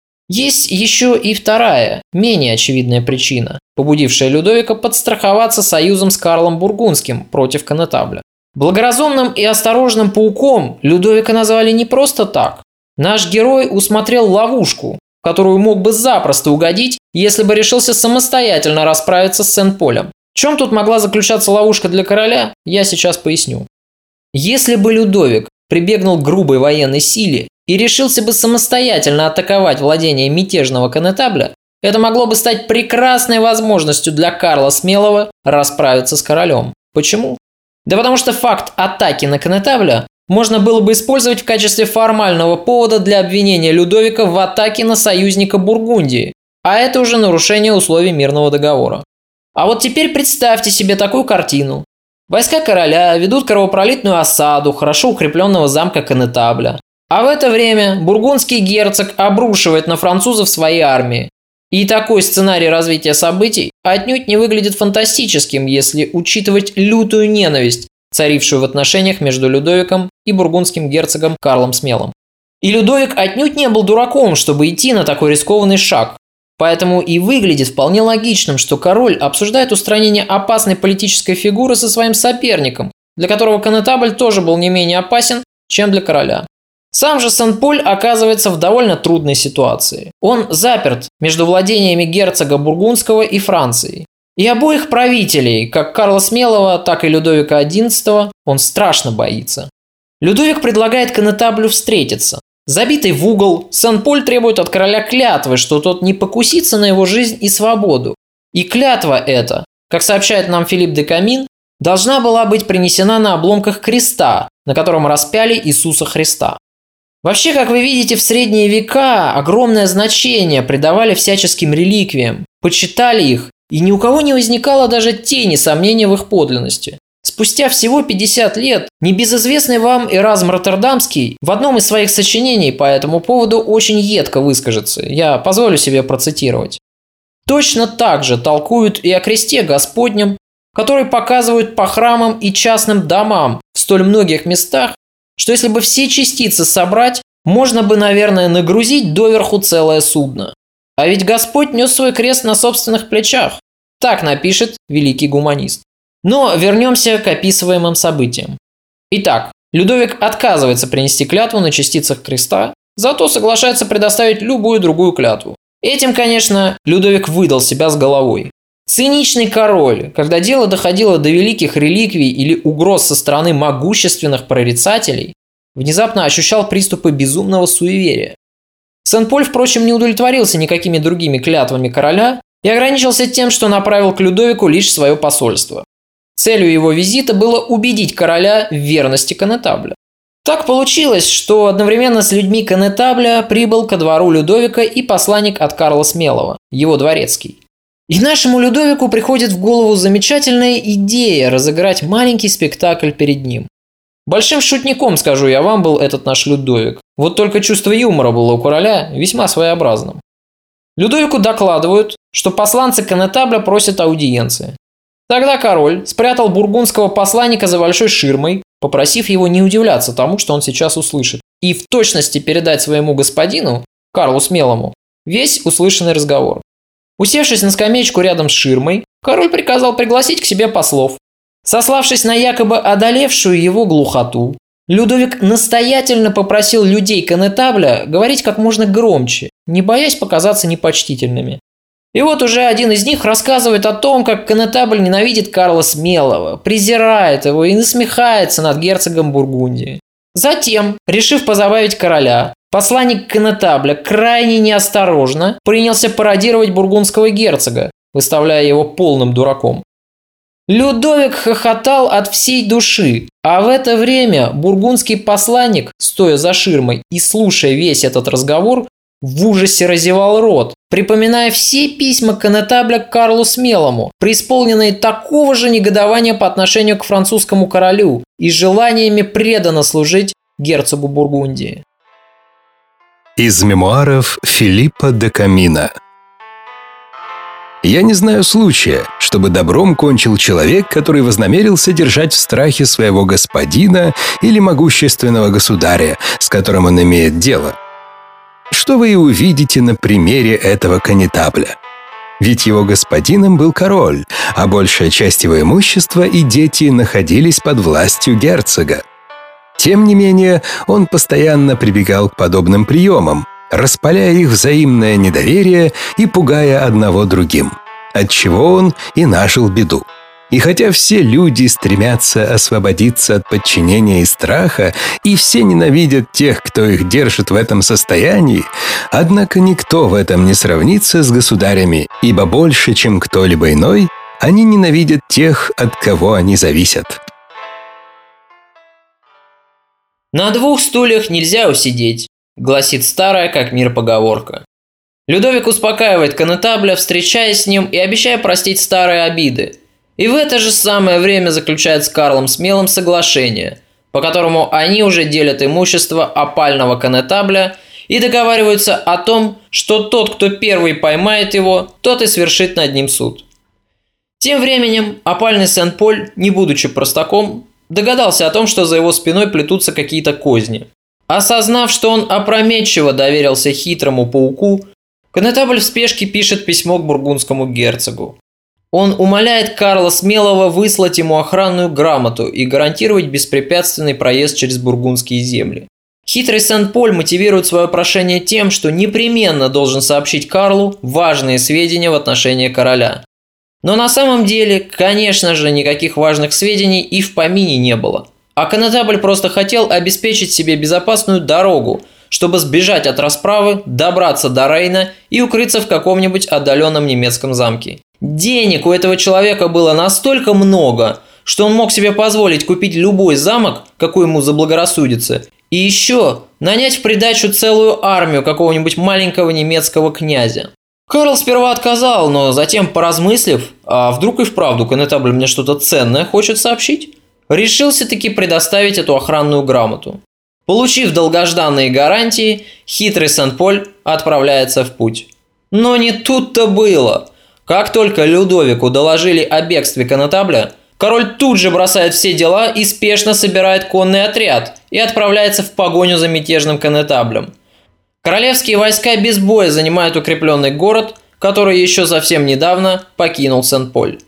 Speaker 2: Есть еще и вторая, менее очевидная причина, побудившая Людовика подстраховаться союзом с Карлом Бургундским против конетабля. Благоразумным и осторожным пауком Людовика назвали не просто так. Наш герой усмотрел ловушку, в которую мог бы запросто угодить, если бы решился самостоятельно расправиться с Сен-Полем. В чем тут могла заключаться ловушка для короля, я сейчас поясню. Если бы Людовик прибегнул к грубой военной силе и решился бы самостоятельно атаковать владение мятежного конетабля, это могло бы стать прекрасной возможностью для Карла Смелого расправиться с королем. Почему? Да потому что факт атаки на конетабля можно было бы использовать в качестве формального повода для обвинения Людовика в атаке на союзника Бургундии, а это уже нарушение условий мирного договора. А вот теперь представьте себе такую картину. Войска короля ведут кровопролитную осаду хорошо укрепленного замка конетабля, А в это время бургундский герцог обрушивает на французов свои армии. И такой сценарий развития событий отнюдь не выглядит фантастическим, если учитывать лютую ненависть, царившую в отношениях между Людовиком и бургундским герцогом Карлом Смелым. И Людовик отнюдь не был дураком, чтобы идти на такой рискованный шаг. Поэтому и выглядит вполне логичным, что король обсуждает устранение опасной политической фигуры со своим соперником, для которого коннетабль тоже был не менее опасен, чем для короля. Сам же Сен-Поль оказывается в довольно трудной ситуации. Он заперт между владениями герцога Бургундского и Франции. И обоих правителей, как Карла Смелого, так и Людовика одиннадцатого, он страшно боится. Людовик предлагает коннетаблю встретиться. Забитый в угол, Сен-Поль требует от короля клятвы, что тот не покусится на его жизнь и свободу. И клятва эта, как сообщает нам Филипп де Камин, должна была быть принесена на обломках креста, на котором распяли Иисуса Христа. Вообще, как вы видите, в средние века огромное значение придавали всяческим реликвиям, почитали их, и ни у кого не возникало даже тени сомнения в их подлинности. Спустя всего пятьдесят лет небезызвестный вам Эразм Роттердамский в одном из своих сочинений по этому поводу очень едко выскажется. Я позволю себе процитировать. Точно так же толкуют и о кресте Господнем, который показывают по храмам и частным домам в столь многих местах, что если бы все частицы собрать, можно бы, наверное, нагрузить доверху целое судно. А ведь Господь нес свой крест на собственных плечах. Так напишет великий гуманист. Но вернемся к описываемым событиям. Итак, Людовик отказывается принести клятву на частицах креста, зато соглашается предоставить любую другую клятву. Этим, конечно, Людовик выдал себя с головой. Циничный король, когда дело доходило до великих реликвий или угроз со стороны могущественных прорицателей, внезапно ощущал приступы безумного суеверия. Сен-Поль, впрочем, не удовлетворился никакими другими клятвами короля и ограничился тем, что направил к Людовику лишь свое посольство. Целью его визита было убедить короля в верности коннетабля. Так получилось, что одновременно с людьми коннетабля прибыл ко двору Людовика и посланник от Карла Смелого, его дворецкий. И нашему Людовику приходит в голову замечательная идея разыграть маленький спектакль перед ним. Большим шутником, скажу я вам, был этот наш Людовик. Вот только чувство юмора было у короля весьма своеобразным. Людовику докладывают, что посланцы коннетабля просят аудиенции. Тогда король спрятал бургундского посланника за большой ширмой, попросив его не удивляться тому, что он сейчас услышит, и в точности передать своему господину, Карлу Смелому, весь услышанный разговор. Усевшись на скамеечку рядом с ширмой, король приказал пригласить к себе послов. Сославшись на якобы одолевшую его глухоту, Людовик настоятельно попросил людей коннетабля говорить как можно громче, не боясь показаться непочтительными. И вот уже один из них рассказывает о том, как коннетабль ненавидит Карла Смелого, презирает его и насмехается над герцогом Бургундии. Затем, решив позабавить короля, посланник коннетабля крайне неосторожно принялся пародировать бургундского герцога, выставляя его полным дураком. Людовик хохотал от всей души, а в это время бургундский посланник, стоя за ширмой и слушая весь этот разговор, в ужасе разевал рот, припоминая все письма коннетабля к Карлу Смелому, преисполненные такого же негодования по отношению к французскому королю и желаниями преданно служить герцогу Бургундии.
Speaker 6: Из мемуаров Филиппа де Камина. Я не знаю случая, чтобы добром кончил человек, который вознамерился держать в страхе своего господина или могущественного государя, с которым он имеет дело. Что вы и увидите на примере этого коннетабля. Ведь его господином был король, а большая часть его имущества и дети находились под властью герцога. Тем не менее, он постоянно прибегал к подобным приемам, распаляя их взаимное недоверие и пугая одного другим, отчего он и нажил беду. И хотя все люди стремятся освободиться от подчинения и страха, и все ненавидят тех, кто их держит в этом состоянии, однако никто в этом не сравнится с государями, ибо больше, чем кто-либо иной, они ненавидят тех, от кого они зависят.
Speaker 2: «На двух стульях нельзя усидеть», – гласит старая как мир поговорка. Людовик успокаивает коннетабля, встречаясь с ним и обещая простить старые обиды. И в это же самое время заключает с Карлом Смелым соглашение, по которому они уже делят имущество опального конетабля и договариваются о том, что тот, кто первый поймает его, тот и свершит над ним суд. Тем временем опальный Сен-Поль, не будучи простаком, догадался о том, что за его спиной плетутся какие-то козни. Осознав, что он опрометчиво доверился хитрому пауку, конетабль в спешке пишет письмо к бургундскому герцогу. Он умоляет Карла Смелого выслать ему охранную грамоту и гарантировать беспрепятственный проезд через бургундские земли. Хитрый Сен-Поль мотивирует свое прошение тем, что непременно должен сообщить Карлу важные сведения в отношении короля. Но на самом деле, конечно же, никаких важных сведений и в помине не было. А конетабль просто хотел обеспечить себе безопасную дорогу, чтобы сбежать от расправы, добраться до Рейна и укрыться в каком-нибудь отдаленном немецком замке. Денег у этого человека было настолько много, что он мог себе позволить купить любой замок, какой ему заблагорассудится, и еще нанять в придачу целую армию какого-нибудь маленького немецкого князя. Карл сперва отказал, но затем, поразмыслив, а вдруг и вправду конетабль мне что-то ценное хочет сообщить, решился-таки предоставить эту охранную грамоту. Получив долгожданные гарантии, хитрый Сен-Поль отправляется в путь. Но не тут-то было. Как только Людовику доложили о бегстве конетабля, король тут же бросает все дела и спешно собирает конный отряд и отправляется в погоню за мятежным конетаблем. Королевские войска без боя занимают укрепленный город, который еще совсем недавно покинул Сен-Поль.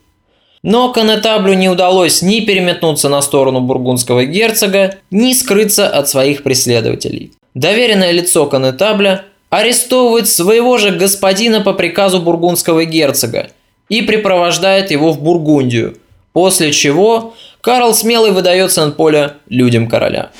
Speaker 2: Но конетаблю не удалось ни переметнуться на сторону бургундского герцога, ни скрыться от своих преследователей. Доверенное лицо конетабля арестовывает своего же господина по приказу бургундского герцога и припровождает его в Бургундию, после чего Карл Смелый выдает Сен-Поля людям короля.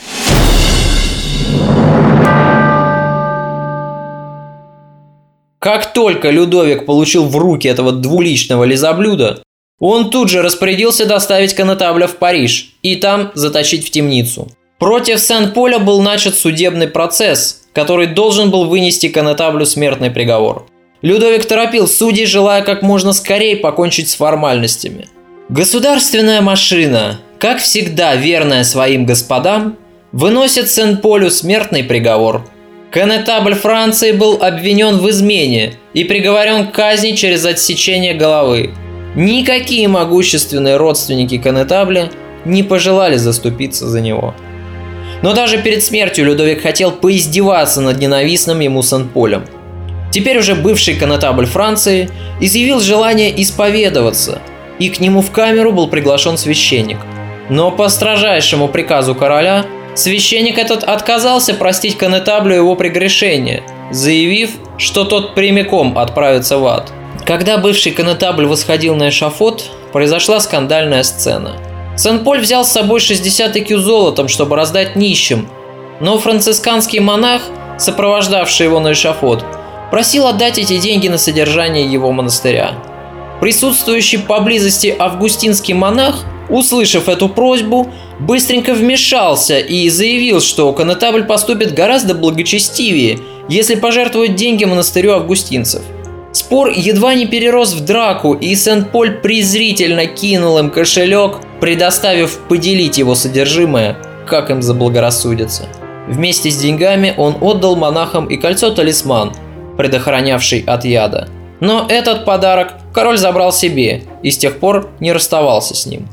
Speaker 2: Как только Людовик получил в руки этого двуличного лизоблюда, он тут же распорядился доставить конетабля в Париж и там заточить в темницу. Против Сен-Поля был начат судебный процесс, который должен был вынести конетаблю смертный приговор. Людовик торопил судей, желая как можно скорее покончить с формальностями. Государственная машина, как всегда верная своим господам, выносит Сен-Полю смертный приговор. Конетабль Франции был обвинен в измене и приговорен к казни через отсечение головы. Никакие могущественные родственники конетабля не пожелали заступиться за него. Но даже перед смертью Людовик хотел поиздеваться над ненавистным ему Сен-Полем. Теперь уже бывший конетабль Франции изъявил желание исповедоваться, и к нему в камеру был приглашен священник. Но по строжайшему приказу короля священник этот отказался простить конетаблю его прегрешение, заявив, что тот прямиком отправится в ад. Когда бывший конетабль восходил на эшафот, произошла скандальная сцена. Сен-Поль взял с собой шестьдесят экю золотом, чтобы раздать нищим, но францисканский монах, сопровождавший его на эшафот, просил отдать эти деньги на содержание его монастыря. Присутствующий поблизости августинский монах, услышав эту просьбу, быстренько вмешался и заявил, что конетабль поступит гораздо благочестивее, если пожертвует деньги монастырю августинцев. Спор едва не перерос в драку, и Сен-Поль презрительно кинул им кошелек, предоставив поделить его содержимое, как им заблагорассудится. Вместе с деньгами он отдал монахам и кольцо-талисман, предохранявший от яда. Но этот подарок король забрал себе и с тех пор не расставался с ним.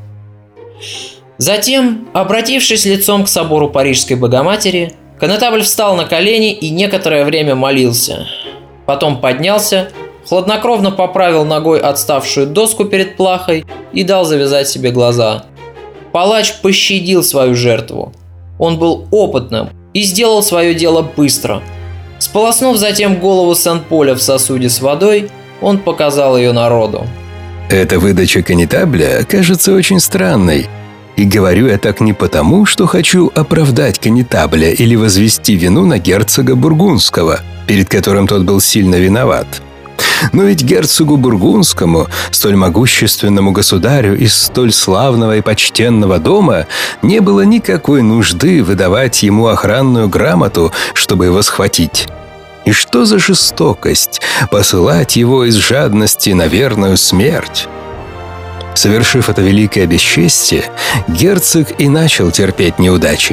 Speaker 2: Затем, обратившись лицом к собору Парижской Богоматери, конетабль встал на колени и некоторое время молился. Потом поднялся, хладнокровно поправил ногой отставшую доску перед плахой и дал завязать себе глаза. Палач пощадил свою жертву. Он был опытным и сделал свое дело быстро. Сполоснув затем голову Сен-Поля в сосуде с водой, он показал ее народу.
Speaker 6: Эта выдача конетабля кажется очень странной. И говорю я так не потому, что хочу оправдать конетабля или возвести вину на герцога Бургундского, перед которым тот был сильно виноват. Но ведь герцогу Бургундскому, столь могущественному государю из столь славного и почтенного дома, не было никакой нужды выдавать ему охранную грамоту, чтобы его схватить. И что за жестокость посылать его из жадности на верную смерть? Совершив это великое бесчестие, герцог и начал терпеть неудачи.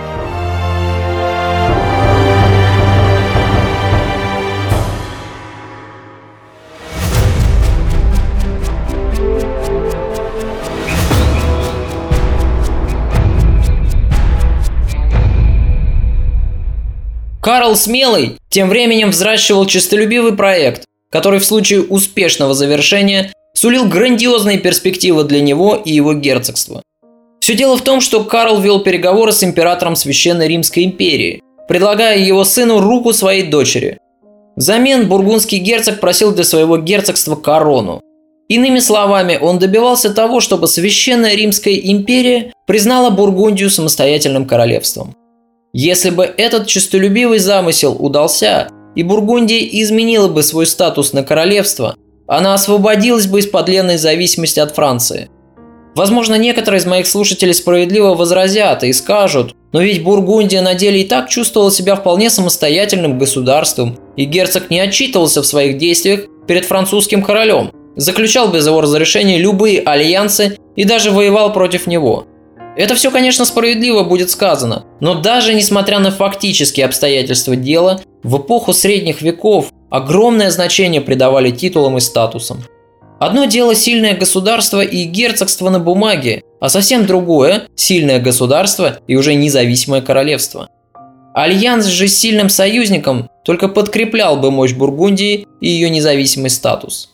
Speaker 2: Карл Смелый тем временем взращивал честолюбивый проект, который в случае успешного завершения сулил грандиозные перспективы для него и его герцогства. Все дело в том, что Карл вел переговоры с императором Священной Римской империи, предлагая его сыну руку своей дочери. Взамен бургундский герцог просил для своего герцогства корону. Иными словами, он добивался того, чтобы Священная Римская империя признала Бургундию самостоятельным королевством. Если бы этот честолюбивый замысел удался, и Бургундия изменила бы свой статус на королевство, она освободилась бы из-под ленной зависимости от Франции. Возможно, некоторые из моих слушателей справедливо возразят и скажут, но ведь Бургундия на деле и так чувствовала себя вполне самостоятельным государством, и герцог не отчитывался в своих действиях перед французским королем, заключал без его разрешения любые альянсы и даже воевал против него. Это все, конечно, справедливо будет сказано, но даже несмотря на фактические обстоятельства дела, в эпоху средних веков огромное значение придавали титулам и статусам. Одно дело сильное государство и герцогство на бумаге, а совсем другое – сильное государство и уже независимое королевство. Альянс же с сильным союзником только подкреплял бы мощь Бургундии и ее независимый статус.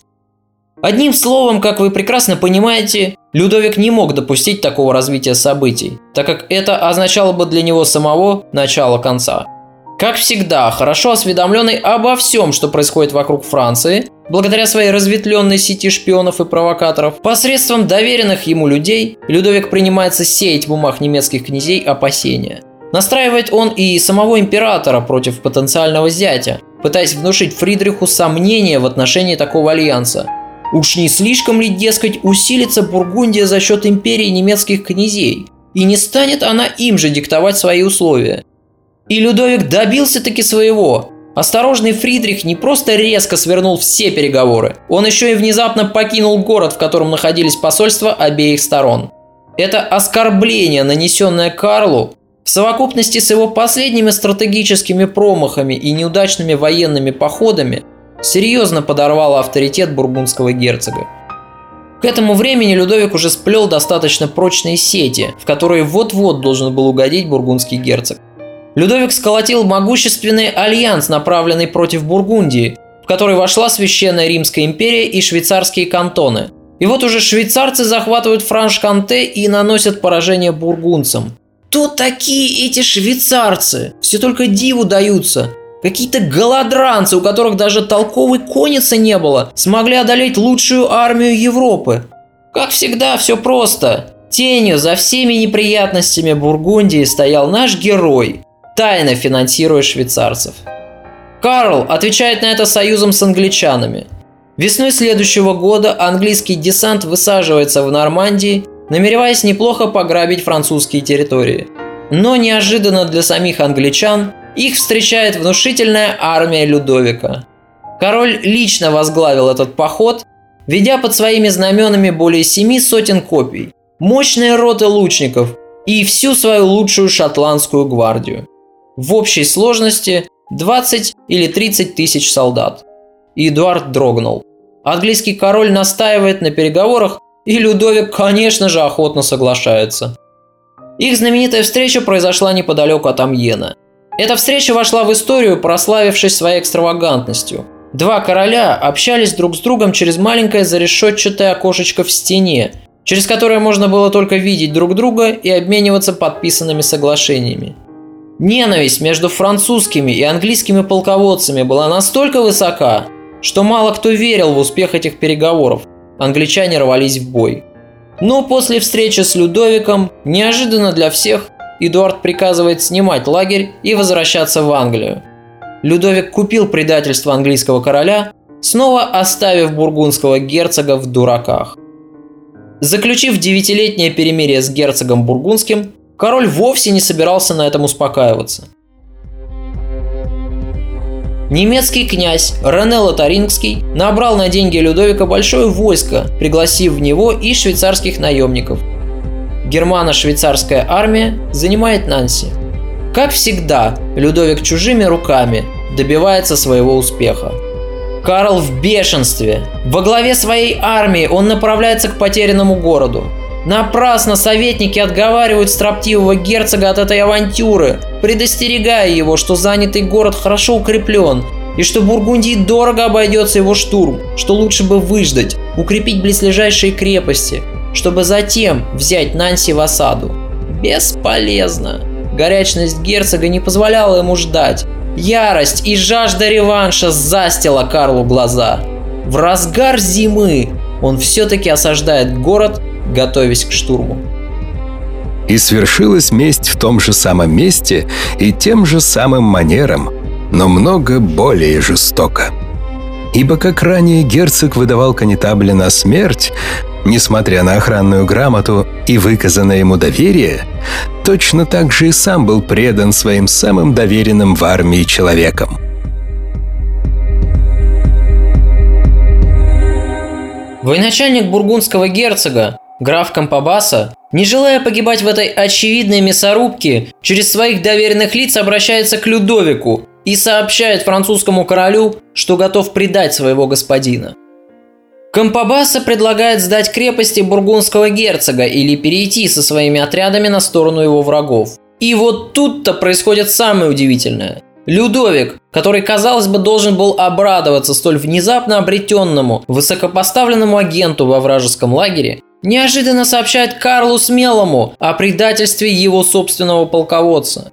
Speaker 2: Одним словом, как вы прекрасно понимаете, Людовик не мог допустить такого развития событий, так как это означало бы для него самого начало конца. Как всегда, хорошо осведомленный обо всем, что происходит вокруг Франции, благодаря своей разветвленной сети шпионов и провокаторов, посредством доверенных ему людей, Людовик принимается сеять в умах немецких князей опасения. Настраивает он и самого императора против потенциального зятя, пытаясь внушить Фридриху сомнения в отношении такого альянса. Уж не слишком ли, дескать, усилится Бургундия за счет империи немецких князей, и не станет она им же диктовать свои условия? И Людовик добился-таки своего. Осторожный Фридрих не просто резко свернул все переговоры, он еще и внезапно покинул город, в котором находились посольства обеих сторон. Это оскорбление, нанесенное Карлу, в совокупности с его последними стратегическими промахами и неудачными военными походами, серьезно подорвало авторитет бургундского герцога. К этому времени Людовик уже сплел достаточно прочные сети, в которые вот-вот должен был угодить бургундский герцог. Людовик сколотил могущественный альянс, направленный против Бургундии, в который вошла Священная Римская империя и швейцарские кантоны. И вот уже швейцарцы захватывают Франш-Конте и наносят поражение бургундцам. Кто такие эти швейцарцы? Все только диву даются. Какие-то голодранцы, у которых даже толковой конницы не было, смогли одолеть лучшую армию Европы. Как всегда, все просто. Тенью за всеми неприятностями Бургундии стоял наш герой, тайно финансируя швейцарцев. Карл отвечает на это союзом с англичанами. Весной следующего года английский десант высаживается в Нормандии, намереваясь неплохо пограбить французские территории. Но неожиданно для самих англичан их встречает внушительная армия Людовика. Король лично возглавил этот поход, ведя под своими знаменами более семи сотен копий, мощные роты лучников и всю свою лучшую шотландскую гвардию. В общей сложности двадцать или тридцать тысяч солдат. И Эдуард дрогнул. Английский король настаивает на переговорах, и Людовик, конечно же, охотно соглашается. Их знаменитая встреча произошла неподалеку от Амьена. Эта встреча вошла в историю, прославившись своей экстравагантностью. Два короля общались друг с другом через маленькое зарешетчатое окошечко в стене, через которое можно было только видеть друг друга и обмениваться подписанными соглашениями. Ненависть между французскими и английскими полководцами была настолько высока, что мало кто верил в успех этих переговоров. Англичане рвались в бой. Но после встречи с Людовиком, неожиданно для всех, Эдуард приказывает снимать лагерь и возвращаться в Англию. Людовик купил предательство английского короля, снова оставив бургундского герцога в дураках. Заключив девятилетнее перемирие с герцогом бургундским, король вовсе не собирался на этом успокаиваться. Немецкий князь Рене Лотарингский набрал на деньги Людовика большое войско, пригласив в него и швейцарских наемников. Германо-швейцарская армия занимает Нанси. Как всегда, Людовик чужими руками добивается своего успеха. Карл в бешенстве. Во главе своей армии он направляется к потерянному городу. Напрасно советники отговаривают строптивого герцога от этой авантюры, предостерегая его, что занятый город хорошо укреплен, и что Бургундии дорого обойдется его штурм, что лучше бы выждать, укрепить близлежащие крепости, чтобы затем взять Нанси в осаду. Бесполезно. Горячность герцога не позволяла ему ждать. Ярость и жажда реванша застила Карлу глаза. В разгар зимы он все-таки осаждает город, готовясь к штурму.
Speaker 6: И свершилась месть в том же самом месте и тем же самым манером, но много более жестоко. Ибо как ранее герцог выдавал конетабля на смерть, несмотря на охранную грамоту и выказанное ему доверие, точно так же и сам был предан своим самым доверенным в армии человеком.
Speaker 2: Военачальник бургундского герцога, граф Кампабаса, не желая погибать в этой очевидной мясорубке, через своих доверенных лиц обращается к Людовику и сообщает французскому королю, что готов предать своего господина. Кампабаса предлагает сдать крепости бургундского герцога или перейти со своими отрядами на сторону его врагов. И вот тут-то происходит самое удивительное. Людовик, который, казалось бы, должен был обрадоваться столь внезапно обретенному высокопоставленному агенту во вражеском лагере, неожиданно сообщает Карлу Смелому о предательстве его собственного полководца.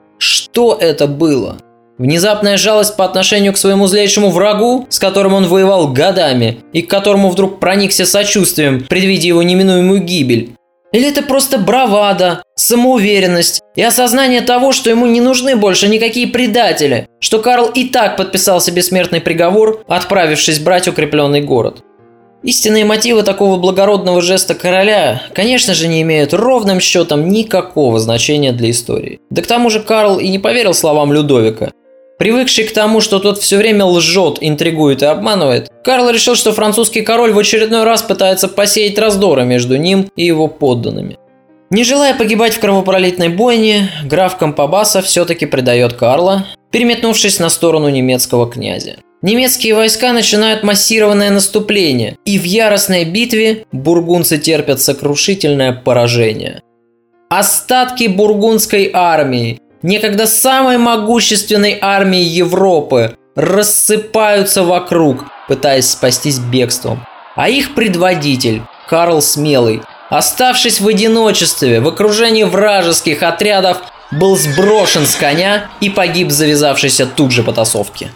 Speaker 2: Что это было? Внезапная жалость по отношению к своему злейшему врагу, с которым он воевал годами, и к которому вдруг проникся сочувствием, предвидя его неминуемую гибель? Или это просто бравада, самоуверенность и осознание того, что ему не нужны больше никакие предатели, что Карл и так подписал себе смертный приговор, отправившись брать укрепленный город? Истинные мотивы такого благородного жеста короля, конечно же, не имеют ровным счетом никакого значения для истории. Да к тому же Карл и не поверил словам Людовика. Привыкший к тому, что тот все время лжет, интригует и обманывает, Карл решил, что французский король в очередной раз пытается посеять раздоры между ним и его подданными. Не желая погибать в кровопролитной бойне, граф Кампабаса все-таки предает Карла, переметнувшись на сторону немецкого князя. Немецкие войска начинают массированное наступление, и в яростной битве бургундцы терпят сокрушительное поражение. Остатки бургундской армии, некогда самой могущественной армии Европы, рассыпаются вокруг, пытаясь спастись бегством. А их предводитель, Карл Смелый, оставшись в одиночестве в окружении вражеских отрядов, был сброшен с коня и погиб в завязавшейся тут же потасовке.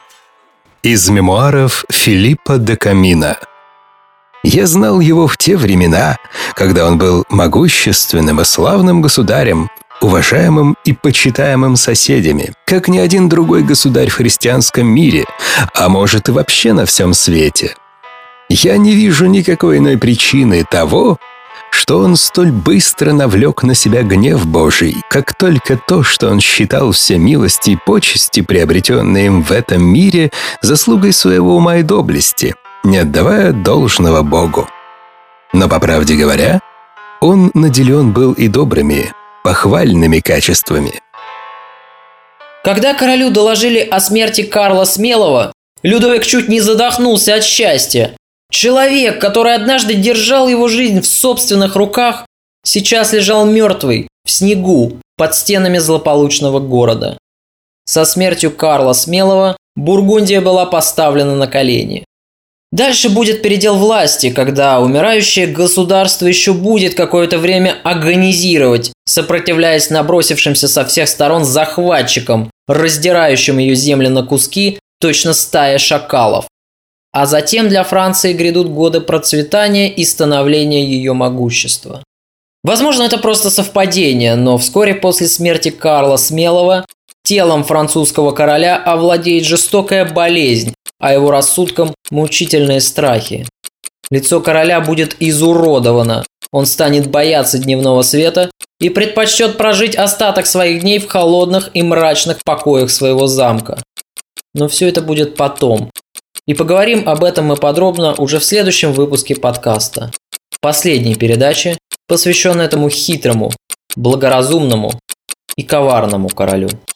Speaker 6: Из мемуаров Филиппа де Камино. Я знал его в те времена, когда он был могущественным и славным государем, уважаемым и почитаемым соседями, как ни один другой государь в христианском мире, а может и вообще на всем свете. Я не вижу никакой иной причины того, что он столь быстро навлек на себя гнев Божий, как только то, что он считал все милости и почести, приобретенные им в этом мире, заслугой своего ума и доблести, не отдавая должного Богу. Но, по правде говоря, он наделен был и добрыми, похвальными качествами.
Speaker 2: Когда королю доложили о смерти Карла Смелого, Людовик чуть не задохнулся от счастья. Человек, который однажды держал его жизнь в собственных руках, сейчас лежал мертвый в снегу под стенами злополучного города. Со смертью Карла Смелого Бургундия была поставлена на колени. Дальше будет передел власти, когда умирающее государство еще будет какое-то время агонизировать, сопротивляясь набросившимся со всех сторон захватчикам, раздирающим ее земли на куски, точно стая шакалов. А затем для Франции грядут годы процветания и становления ее могущества. Возможно, это просто совпадение, но вскоре после смерти Карла Смелого телом французского короля овладеет жестокая болезнь, а его рассудком – мучительные страхи. Лицо короля будет изуродовано, он станет бояться дневного света и предпочтет прожить остаток своих дней в холодных и мрачных покоях своего замка. Но все это будет потом. И поговорим об этом мы подробно уже в следующем выпуске подкаста. Последней передачи, посвященной этому хитрому, благоразумному и коварному королю.